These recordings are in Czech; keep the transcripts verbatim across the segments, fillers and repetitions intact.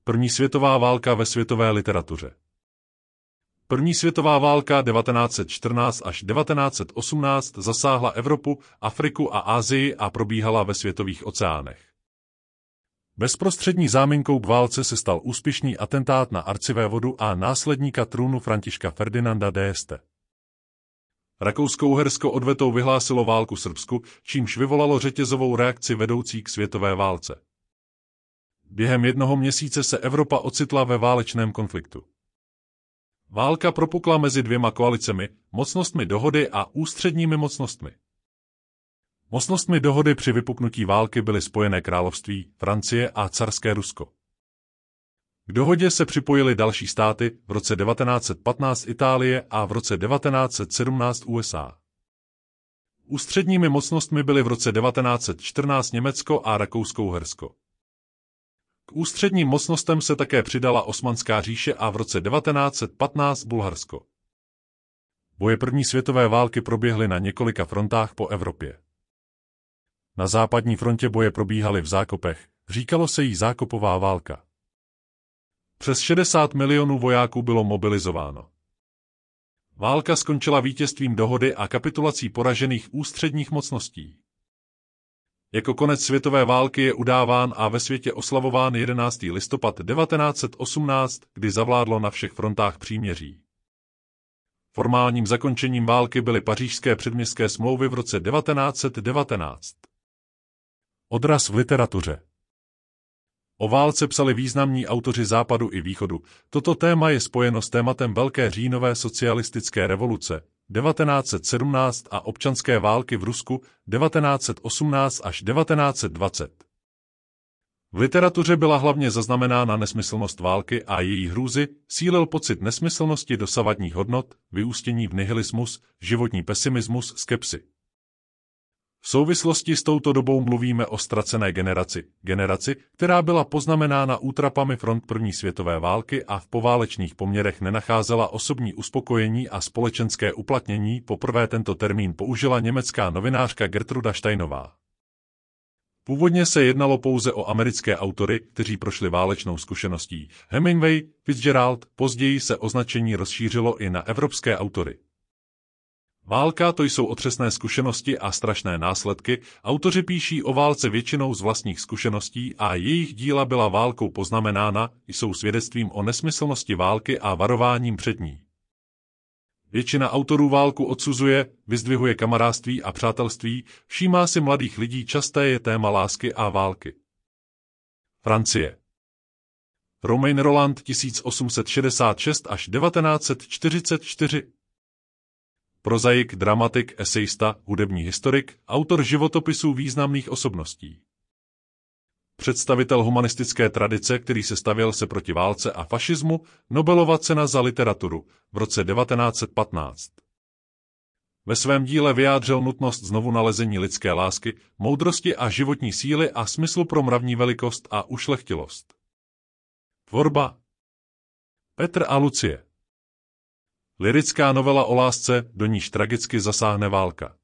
První světová válka ve světové literatuře. První světová válka devatenáct set čtrnáct až devatenáct set osmnáct zasáhla Evropu, Afriku a Asii a probíhala ve světových oceánech. Bezprostřední záminkou k válce se stal úspěšný atentát na arcivévodu a následníka trůnu Františka Ferdinanda d'Este. Rakousko-Uhersko odvetou vyhlásilo válku Srbsku, čímž vyvolalo řetězovou reakci vedoucí k světové válce. Během jednoho měsíce se Evropa ocitla ve válečném konfliktu. Válka propukla mezi dvěma koalicemi, mocnostmi dohody a ústředními mocnostmi. Mocnostmi dohody při vypuknutí války byly Spojené království, Francie a carské Rusko. K dohodě se připojily další státy, v roce devatenáct set patnáct Itálie a v roce devatenáct set sedmnáct U S A. Ústředními mocnostmi byly v roce devatenáct set čtrnáct Německo a Rakousko-Uhersko. K ústředním mocnostem se také přidala Osmanská říše a v roce devatenáct set patnáct Bulharsko. Boje první světové války proběhly na několika frontách po Evropě. Na západní frontě boje probíhaly v zákopech, říkalo se jí zákopová válka. Přes šedesát milionů vojáků bylo mobilizováno. Válka skončila vítězstvím dohody a kapitulací poražených ústředních mocností. Jako konec světové války je udáván a ve světě oslavován jedenáctého listopadu devatenáct set osmnáct, kdy zavládlo na všech frontách příměří. Formálním zakončením války byly pařížské předměstské smlouvy v roce devatenáct set devatenáct. Odraz v literatuře. O válce psali významní autoři západu i východu. Toto téma je spojeno s tématem Velké říjnové socialistické revoluce devatenáct set sedmnáct a občanské války v Rusku devatenáct set osmnáct až devatenáct set dvacet. V literatuře byla hlavně zaznamenána nesmyslnost války a její hrůzy, sílil pocit nesmyslnosti dosavadních hodnot, vyústění v nihilismus, životní pesimismus, skepsi. V souvislosti s touto dobou mluvíme o ztracené generaci, generaci, která byla poznamenána útrapami front první světové války a v poválečných poměrech nenacházela osobní uspokojení a společenské uplatnění. Poprvé tento termín použila německá novinářka Gertruda Steinová. Původně se jednalo pouze o americké autory, kteří prošli válečnou zkušeností. Hemingway, Fitzgerald, později se označení rozšířilo i na evropské autory. Válka to jsou otřesné zkušenosti a strašné následky, autoři píší o válce většinou z vlastních zkušeností a jejich díla byla válkou poznamenána, jsou svědectvím o nesmyslnosti války a varováním před ní. Většina autorů válku odsuzuje, vyzdvihuje kamarádství a přátelství, všímá si mladých lidí, časté je téma lásky a války. Francie. Romain Rolland tisíc osm set šedesát šest až devatenáct set čtyřicet čtyři. Prozaik, dramatik, esejista, hudební historik, autor životopisů významných osobností. Představitel humanistické tradice, který se stavěl se proti válce a fašismu, Nobelova cena za literaturu v roce devatenáct set patnáct. Ve svém díle vyjádřil nutnost znovu nalezení lidské lásky, moudrosti a životní síly a smyslu pro mravní velikost a ušlechtilost. Tvorba Petr a Lucie. Lyrická novela o lásce, do níž tragicky zasáhne válka.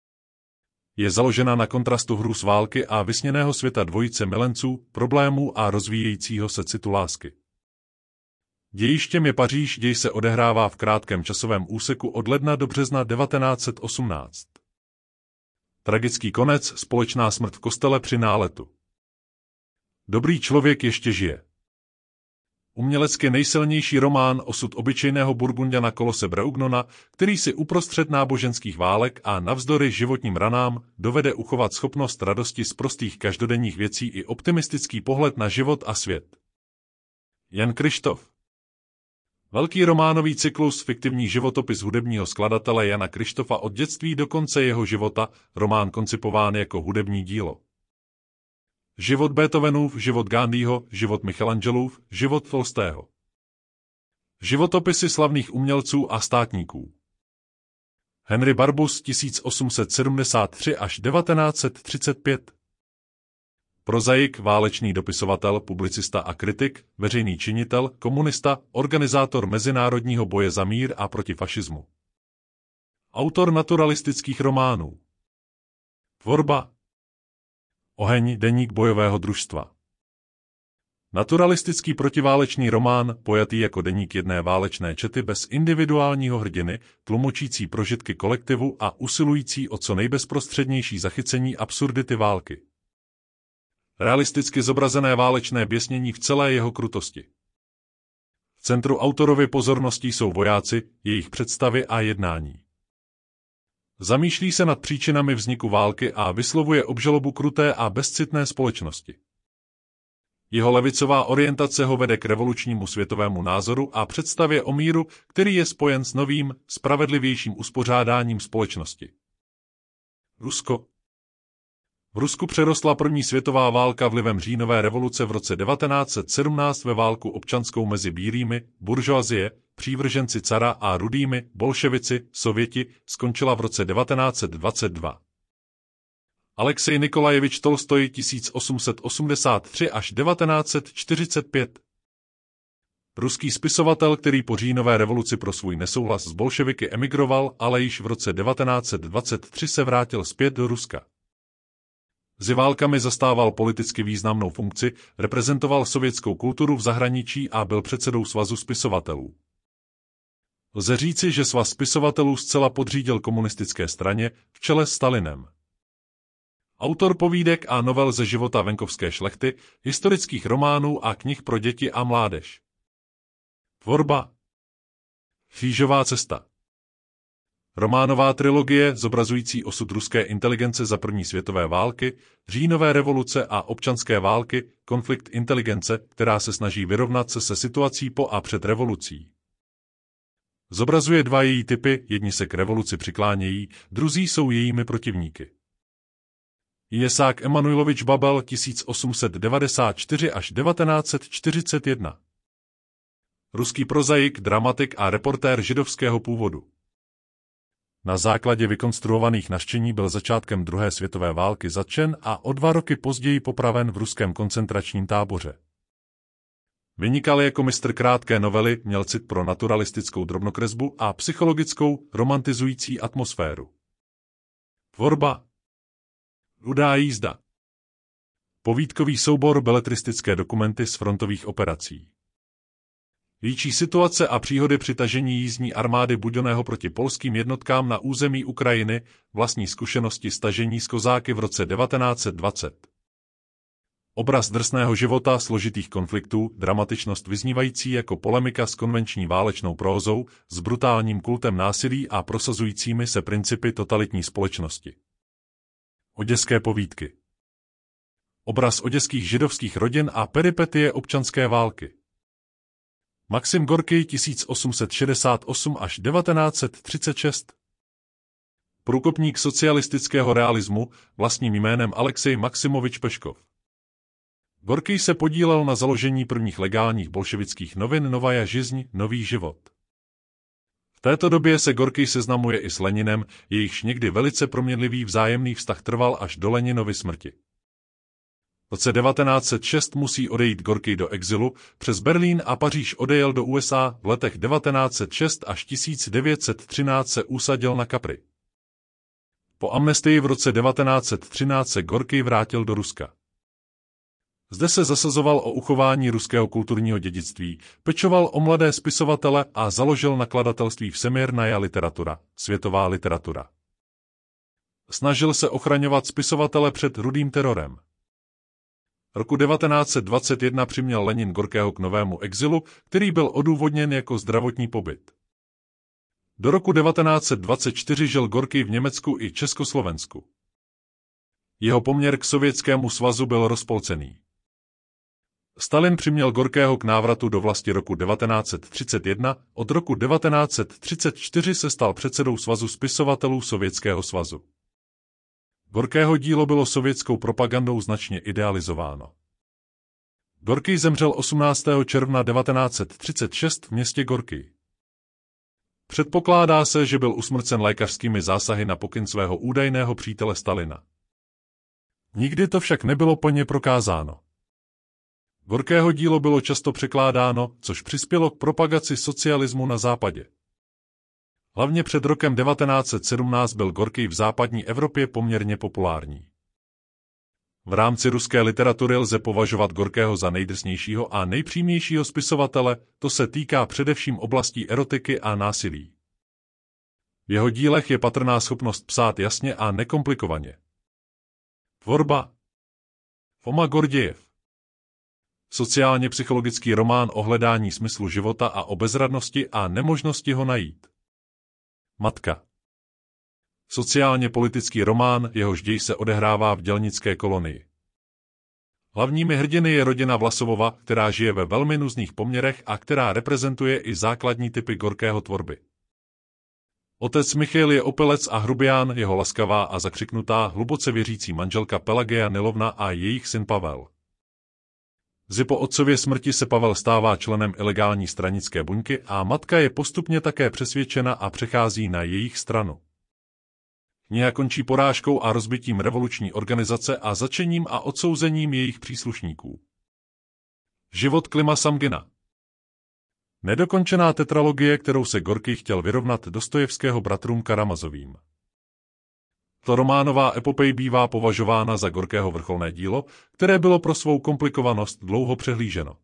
Je založena na kontrastu hrůz války a vysněného světa dvojice milenců, problémů a rozvíjejícího se citu lásky. Dějištěm je Paříž, děj se odehrává v krátkém časovém úseku od ledna do března devatenáct set osmnáct. Tragický konec, společná smrt v kostele při náletu. Dobrý člověk ještě žije. Umělecky nejsilnější román Osud obyčejného Burgunďana Kolose Breugnona, který si uprostřed náboženských válek a navzdory životním ranám dovede uchovat schopnost radosti z prostých každodenních věcí i optimistický pohled na život a svět. Jan Kryštof. Velký románový cyklus, fiktivní životopis hudebního skladatele Jana Kryštofa od dětství do konce jeho života, román koncipován jako hudební dílo. Život Beethovenův, život Gandhiho, život Michelangelův, život Tolstého. Životopisy slavných umělců a státníků. Henry Barbus tisíc osm set sedmdesát tři až devatenáct set třicet pět. Prozaik, válečný dopisovatel, publicista a kritik, veřejný činitel, komunista, organizátor mezinárodního boje za mír a proti fašismu. Autor naturalistických románů. Tvorba Oheň, deník bojového družstva. Naturalistický protiválečný román, pojatý jako deník jedné válečné čety bez individuálního hrdiny, tlumočící prožitky kolektivu a usilující o co nejbezprostřednější zachycení absurdity války. Realisticky zobrazené válečné běsnění v celé jeho krutosti. V centru autorovy pozornosti jsou vojáci, jejich představy a jednání. Zamýšlí se nad příčinami vzniku války a vyslovuje obžalobu kruté a bezcitné společnosti. Jeho levicová orientace ho vede k revolučnímu světovému názoru a představě o míru, který je spojen s novým, spravedlivějším uspořádáním společnosti. Rusko. V Rusku přerostla první světová válka vlivem říjnové revoluce v roce devatenáct set sedmnáct ve válku občanskou mezi bílými, buržoazie, přívrženci cara a rudými, bolševici, sověti, skončila v roce devatenáct set dvacet dva. Alexej Nikolajevič Tolstoj tisíc osm set osmdesát tři až devatenáct set čtyřicet pět. Ruský spisovatel, který po říjnové revoluci pro svůj nesouhlas s bolševiky emigroval, ale již v roce devatenáct set dvacet tři se vrátil zpět do Ruska. Mezi válkami zastával politicky významnou funkci, reprezentoval sovětskou kulturu v zahraničí a byl předsedou Svazu spisovatelů. Lze říci, že Svaz spisovatelů zcela podřídil komunistické straně v čele s Stalinem. Autor povídek a novel ze života venkovské šlechty, historických románů a knih pro děti a mládež. Tvorba. Křížová cesta. Románová trilogie zobrazující osud ruské inteligence za první světové války, říjnové revoluce a občanské války, konflikt inteligence, která se snaží vyrovnat se se situací po a před revolucí. Zobrazuje dva její typy, jedni se k revoluci přiklánějí, druzí jsou jejími protivníky. Jesák Emanuilovič Babel tisíc osm set devadesát čtyři až devatenáct set čtyřicet jedna. Ruský prozaik, dramatik a reportér židovského původu. Na základě vykonstruovaných nařčení byl začátkem druhé světové války zatčen a o dva roky později popraven v ruském koncentračním táboře. Vynikal jako mistr krátké novely, měl cit pro naturalistickou drobnokresbu a psychologickou, romantizující atmosféru. Tvorba. Rudá jízda. Povídkový soubor, beletristické dokumenty z frontových operací. Líčí situace a příhody při tažení jízdní armády Buďoného proti polským jednotkám na území Ukrajiny, vlastní zkušenosti s tažení z kozáky v roce devatenáct set dvacet. Obraz drsného života, složitých konfliktů, dramatičnost vyznívající jako polemika s konvenční válečnou prózou, s brutálním kultem násilí a prosazujícími se principy totalitní společnosti. Oděské povídky. Obraz oděských židovských rodin a peripetie občanské války. Maxim Gorkij tisíc osm set šedesát osm až devatenáct set třicet šest. Průkopník socialistického realismu, vlastním jménem Alexej Maximovič Peškov. Gorkij se podílel na založení prvních legálních bolševických novin Novaja Žižň, Nový život. V této době se Gorkij seznamuje i s Leninem, jejichž někdy velice proměnlivý vzájemný vztah trval až do Leninovy smrti. V roce devatenáct set šest musí odejít Gorkij do exilu, přes Berlín a Paříž odejel do U S A, v letech devatenáct set šest až tisíc devět set třináct se usadil na Capri. Po amnestii v roce devatenáct set třináct se Gorkij vrátil do Ruska. Zde se zasazoval o uchování ruského kulturního dědictví, pečoval o mladé spisovatele a založil nakladatelství Všeměrná literatura, světová literatura. Snažil se ochraňovat spisovatele před rudým terorem. Roku devatenáct set dvacet jedna přiměl Lenin Gorkého k novému exilu, který byl odůvodněn jako zdravotní pobyt. Do roku devatenáct set dvacet čtyři žil Gorkij v Německu i Československu. Jeho poměr k Sovětskému svazu byl rozpolcený. Stalin přiměl Gorkého k návratu do vlasti roku devatenáct set třicet jedna, od roku devatenáct set třicet čtyři se stal předsedou Svazu spisovatelů Sovětského svazu. Gorkého dílo bylo sovětskou propagandou značně idealizováno. Gorkij zemřel osmnáctého června devatenáct set třicet šest v městě Gorkij. Předpokládá se, že byl usmrcen lékařskými zásahy na pokyn svého údajného přítele Stalina. Nikdy to však nebylo plně prokázáno. Gorkého dílo bylo často překládáno, což přispělo k propagaci socialismu na západě. Hlavně před rokem devatenáct set sedmnáct byl Gorkij v západní Evropě poměrně populární. V rámci ruské literatury lze považovat Gorkého za nejdrsnějšího a nejpřímějšího spisovatele, to se týká především oblastí erotiky a násilí. V jeho dílech je patrná schopnost psát jasně a nekomplikovaně. Tvorba Foma Gordějev. Sociálně-psychologický román o hledání smyslu života a o bezradnosti a nemožnosti ho najít. Matka. Sociálně-politický román, jehož děj se odehrává v dělnické kolonii. Hlavními hrdiny je rodina Vlasovova, která žije ve velmi nuzných poměrech a která reprezentuje i základní typy Gorkého tvorby. Otec Michail je opilec a hrubián, jeho laskavá a zakřiknutá, hluboce věřící manželka Pelageja Nilovna a jejich syn Pavel. Brzy po otcově smrti se Pavel stává členem ilegální stranické buňky a matka je postupně také přesvědčena a přechází na jejich stranu. Kniha končí porážkou a rozbitím revoluční organizace a zatčením a odsouzením jejich příslušníků. Život Klima Samgina. Nedokončená tetralogie, kterou se Gorkij chtěl vyrovnat Dostojevského bratrům Karamazovým. To románová epopej bývá považována za Gorkého vrcholné dílo, které bylo pro svou komplikovanost dlouho přehlíženo.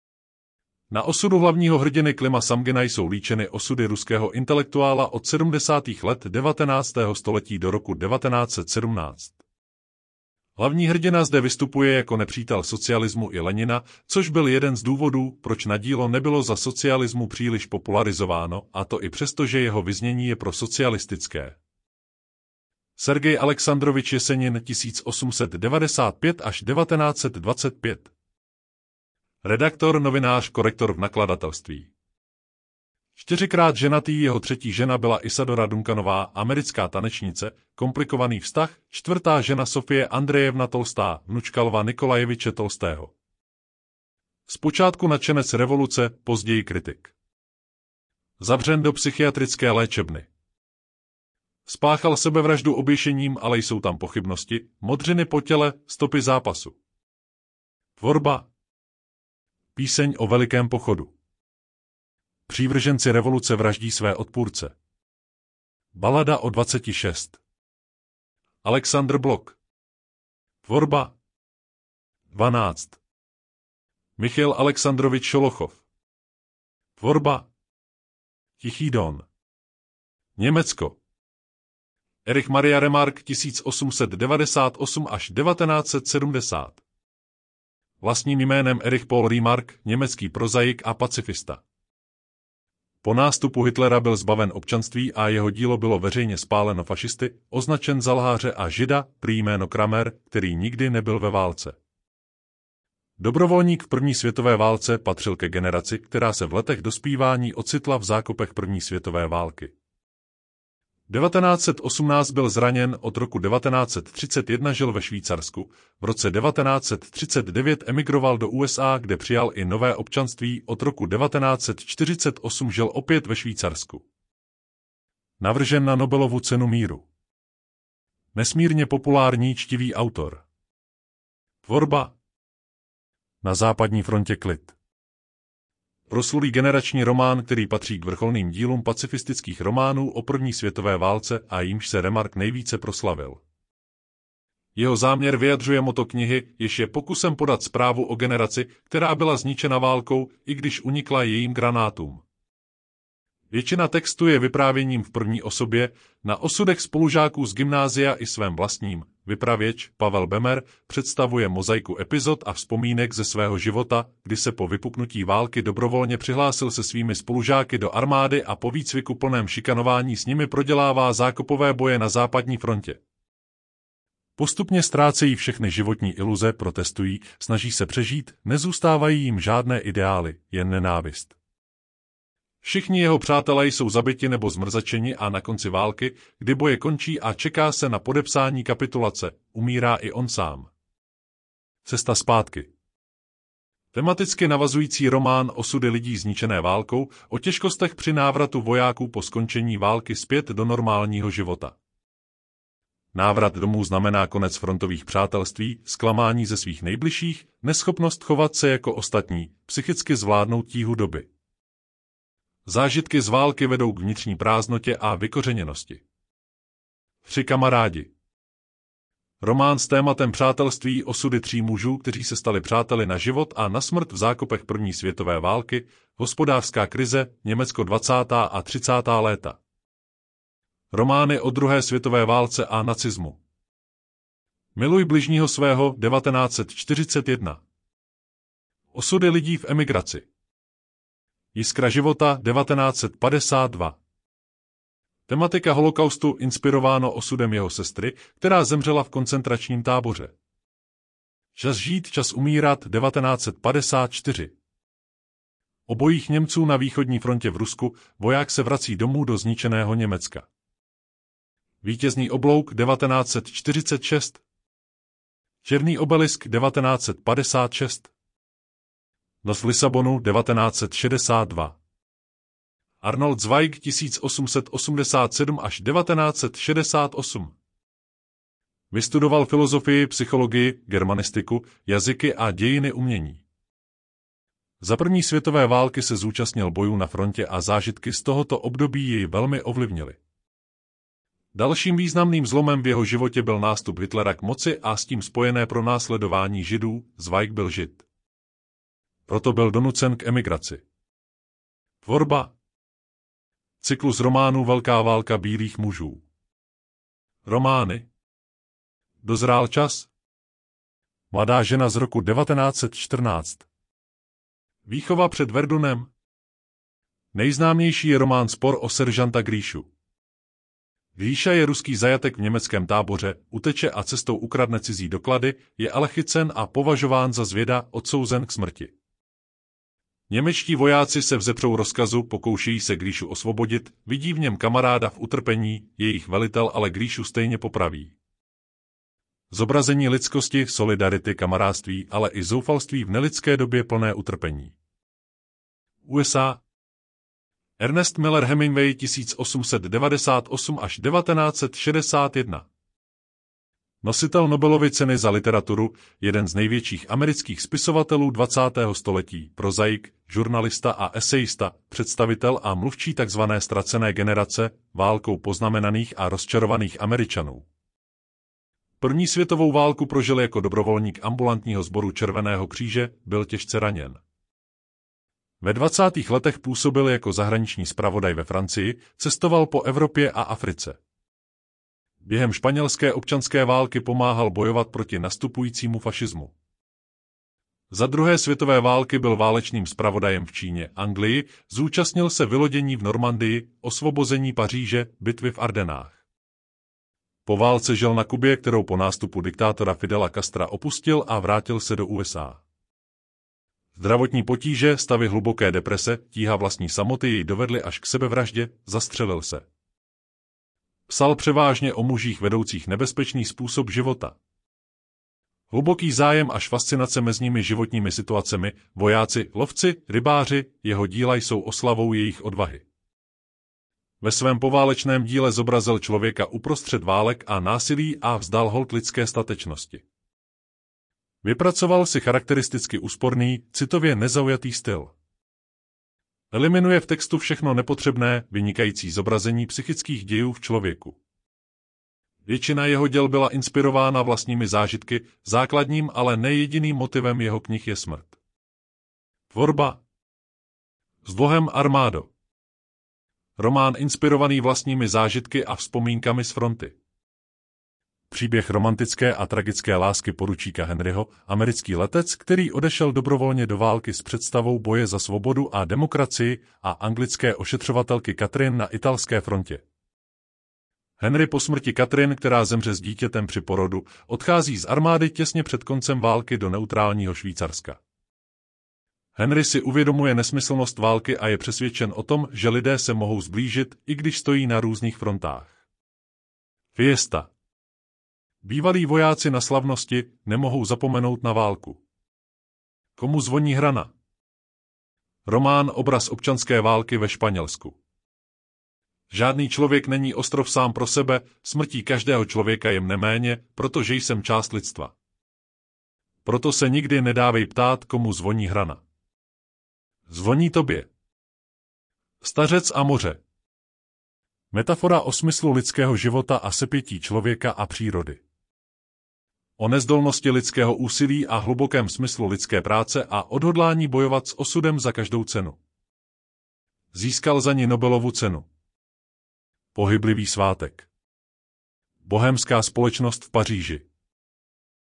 Na osudu hlavního hrdiny Klima Samgina jsou líčeny osudy ruského intelektuála od sedmdesátých let devatenáctého století do roku devatenáct set sedmnáct. Hlavní hrdina zde vystupuje jako nepřítel socialismu i Lenina, což byl jeden z důvodů, proč na dílo nebylo za socialismu příliš popularizováno, a to i přesto, že jeho vyznění je prosocialistické. Sergej Alexandrovič Jesenin tisíc osm set devadesát pět až devatenáct set dvacet pět. Redaktor, novinář, korektor v nakladatelství. Čtyřikrát ženatý, jeho třetí žena byla Isadora Dunkanová, americká tanečnice, komplikovaný vztah, čtvrtá žena Sofie Andrejevna Tolstá, vnučka Lva Nikolajeviče Tolstého. Zpočátku nadšenec revoluce, později kritik. Zavřen do psychiatrické léčebny. Spáchal sebevraždu oběšením, ale jsou tam pochybnosti, modřiny po těle, stopy zápasu. Tvorba. Píseň o velikém pochodu. Přívrženci revoluce vraždí své odpůrce. Balada o dvaceti šest. Alexandr Blok. Tvorba. dvanáct. Michail Alexandrovič Šolochov. Tvorba. Tichý Don. Německo. Erich Maria Remarque tisíc osm set devadesát osm až devatenáct set sedmdesát. Vlastním jménem Erich Paul Remarque, německý prozaik a pacifista. Po nástupu Hitlera byl zbaven občanství a jeho dílo bylo veřejně spáleno fašisty, označen za lháře a žida, prý jméno Kramer, který nikdy nebyl ve válce. Dobrovolník v první světové válce patřil ke generaci, která se v letech dospívání ocitla v zákopech první světové války. devatenáct set osmnáct byl zraněn, od roku devatenáct set třicet jedna žil ve Švýcarsku, v roce devatenáct set třicet devět emigroval do U S A, kde přijal i nové občanství, od roku devatenáct set čtyřicet osm žil opět ve Švýcarsku. Navržen na Nobelovu cenu míru. Nesmírně populární čtivý autor. Tvorba. Na západní frontě klid. Proslulý generační román, který patří k vrcholným dílům pacifistických románů o první světové válce a jímž se Remarque nejvíce proslavil. Jeho záměr vyjadřuje motto knihy, jež je pokusem podat zprávu o generaci, která byla zničena válkou, i když unikla jejím granátům. Většina textu je vyprávěním v první osobě, na osudech spolužáků z gymnázia i svém vlastním. Vypravěč, Pavel Bemer, představuje mozaiku epizod a vzpomínek ze svého života, kdy se po vypuknutí války dobrovolně přihlásil se svými spolužáky do armády a po výcviku plném šikanování s nimi prodělává zákopové boje na západní frontě. Postupně ztrácejí všechny životní iluze, protestují, snaží se přežít, nezůstávají jim žádné ideály, jen nenávist. Všichni jeho přátelé jsou zabiti nebo zmrzačeni a na konci války, kdy boje končí a čeká se na podepsání kapitulace, umírá i on sám. Cesta zpátky. Tematicky navazující román Osudy lidí zničené válkou, o těžkostech při návratu vojáků po skončení války zpět do normálního života. Návrat domů znamená konec frontových přátelství, zklamání ze svých nejbližších, neschopnost chovat se jako ostatní, psychicky zvládnout tíhu doby. Zážitky z války vedou k vnitřní prázdnotě a vykořeněnosti. Tři kamarádi. Román s tématem přátelství, osudy tří mužů, kteří se stali přáteli na život a na smrt v zákopech první světové války, hospodářská krize, Německo dvacátá a třicátá léta. Romány o druhé světové válce a nacismu. Miluj bližního svého, devatenáct set čtyřicet jedna. Osudy lidí v emigraci. Jiskra života, devatenáct set padesát dva. Tematika holokaustu, inspirováno osudem jeho sestry, která zemřela v koncentračním táboře. Čas žít, čas umírat, devatenáct set padesát čtyři. O bojích Němců na východní frontě v Rusku, voják se vrací domů do zničeného Německa. Vítězný oblouk, devatenáct set čtyřicet šest. Černý obelisk, devatenáct set padesát šest. Noc v Lisabonu, devatenáct set šedesát dva. Arnold Zweig, tisíc osm set osmdesát sedm až devatenáct set šedesát osm. Vystudoval filozofii, psychologii, germanistiku, jazyky a dějiny umění. Za první světové války se zúčastnil bojů na frontě a zážitky z tohoto období jej velmi ovlivnily. Dalším významným zlomem v jeho životě byl nástup Hitlera k moci a s tím spojené pronásledování Židů. Zweig byl Žid. Proto byl donucen k emigraci. Tvorba. Cyklus románů Velká válka bílých mužů. Romány. Dozrál čas. Mladá žena z roku devatenáct set čtrnáct. Výchova před Verdunem. Nejznámější je román Spor o seržanta Gríšu. Gríša je ruský zajatek v německém táboře, uteče a cestou ukradne cizí doklady, je ale chycen a považován za zvěda, odsouzen k smrti. Němečtí vojáci se vzepřou rozkazu, pokoušejí se Gríšu osvobodit, vidí v něm kamaráda v utrpení, jejich velitel ale Gríšu stejně popraví. Zobrazení lidskosti, solidarity, kamarádství, ale i zoufalství v nelidské době plné utrpení. U S A. Ernest Miller Hemingway tisíc osm set devadesát osm až devatenáct set šedesát jedna. Nositel Nobelovy ceny za literaturu, jeden z největších amerických spisovatelů dvacátého století, prozaik, žurnalista a esejista, představitel a mluvčí tzv. Ztracené generace, válkou poznamenaných a rozčarovaných Američanů. První světovou válku prožil jako dobrovolník ambulantního sboru Červeného kříže, byl těžce raněn. Ve dvacátých letech působil jako zahraniční zpravodaj ve Francii, cestoval po Evropě a Africe. Během španělské občanské války pomáhal bojovat proti nastupujícímu fašismu. Za druhé světové války byl válečným zpravodajem v Číně, Anglii, zúčastnil se vylodění v Normandii, osvobození Paříže, bitvy v Ardenách. Po válce žil na Kubě, kterou po nástupu diktátora Fidela Castra opustil a vrátil se do U S A. Zdravotní potíže, stavy hluboké deprese, tíha vlastní samoty jej dovedly až k sebevraždě, zastřelil se. Psal převážně o mužích vedoucích nebezpečný způsob života. Hluboký zájem až fascinace mezními životními situacemi, vojáci, lovci, rybáři, jeho díla jsou oslavou jejich odvahy. Ve svém poválečném díle zobrazil člověka uprostřed válek a násilí a vzdal hold lidské statečnosti. Vypracoval si charakteristicky úsporný, citově nezaujatý styl. Eliminuje v textu všechno nepotřebné, vynikající zobrazení psychických dějů v člověku. Většina jeho děl byla inspirována vlastními zážitky, základním, ale nejediným motivem jeho knih je smrt. Tvorba. S Bohem Armádo. Román inspirovaný vlastními zážitky a vzpomínkami z fronty. Příběh romantické a tragické lásky poručíka Henryho, americký letec, který odešel dobrovolně do války s představou boje za svobodu a demokracii, a anglické ošetřovatelky Katrin na italské frontě. Henry po smrti Katrin, která zemře s dítětem při porodu, odchází z armády těsně před koncem války do neutrálního Švýcarska. Henry si uvědomuje nesmyslnost války a je přesvědčen o tom, že lidé se mohou zblížit, i když stojí na různých frontách. Fiesta. Bývalí vojáci na slavnosti nemohou zapomenout na válku. Komu zvoní hrana? Román Obraz občanské války ve Španělsku. Žádný člověk není ostrov sám pro sebe, smrtí každého člověka je mne méně, protože jsem část lidstva. Proto se nikdy nedávej ptát, komu zvoní hrana. Zvoní tobě. Stařec a moře. Metafora o smyslu lidského života a sepětí člověka a přírody. O nezdolnosti lidského úsilí a hlubokém smyslu lidské práce a odhodlání bojovat s osudem za každou cenu. Získal za ní Nobelovu cenu. Pohyblivý svátek. Bohémská společnost v Paříži.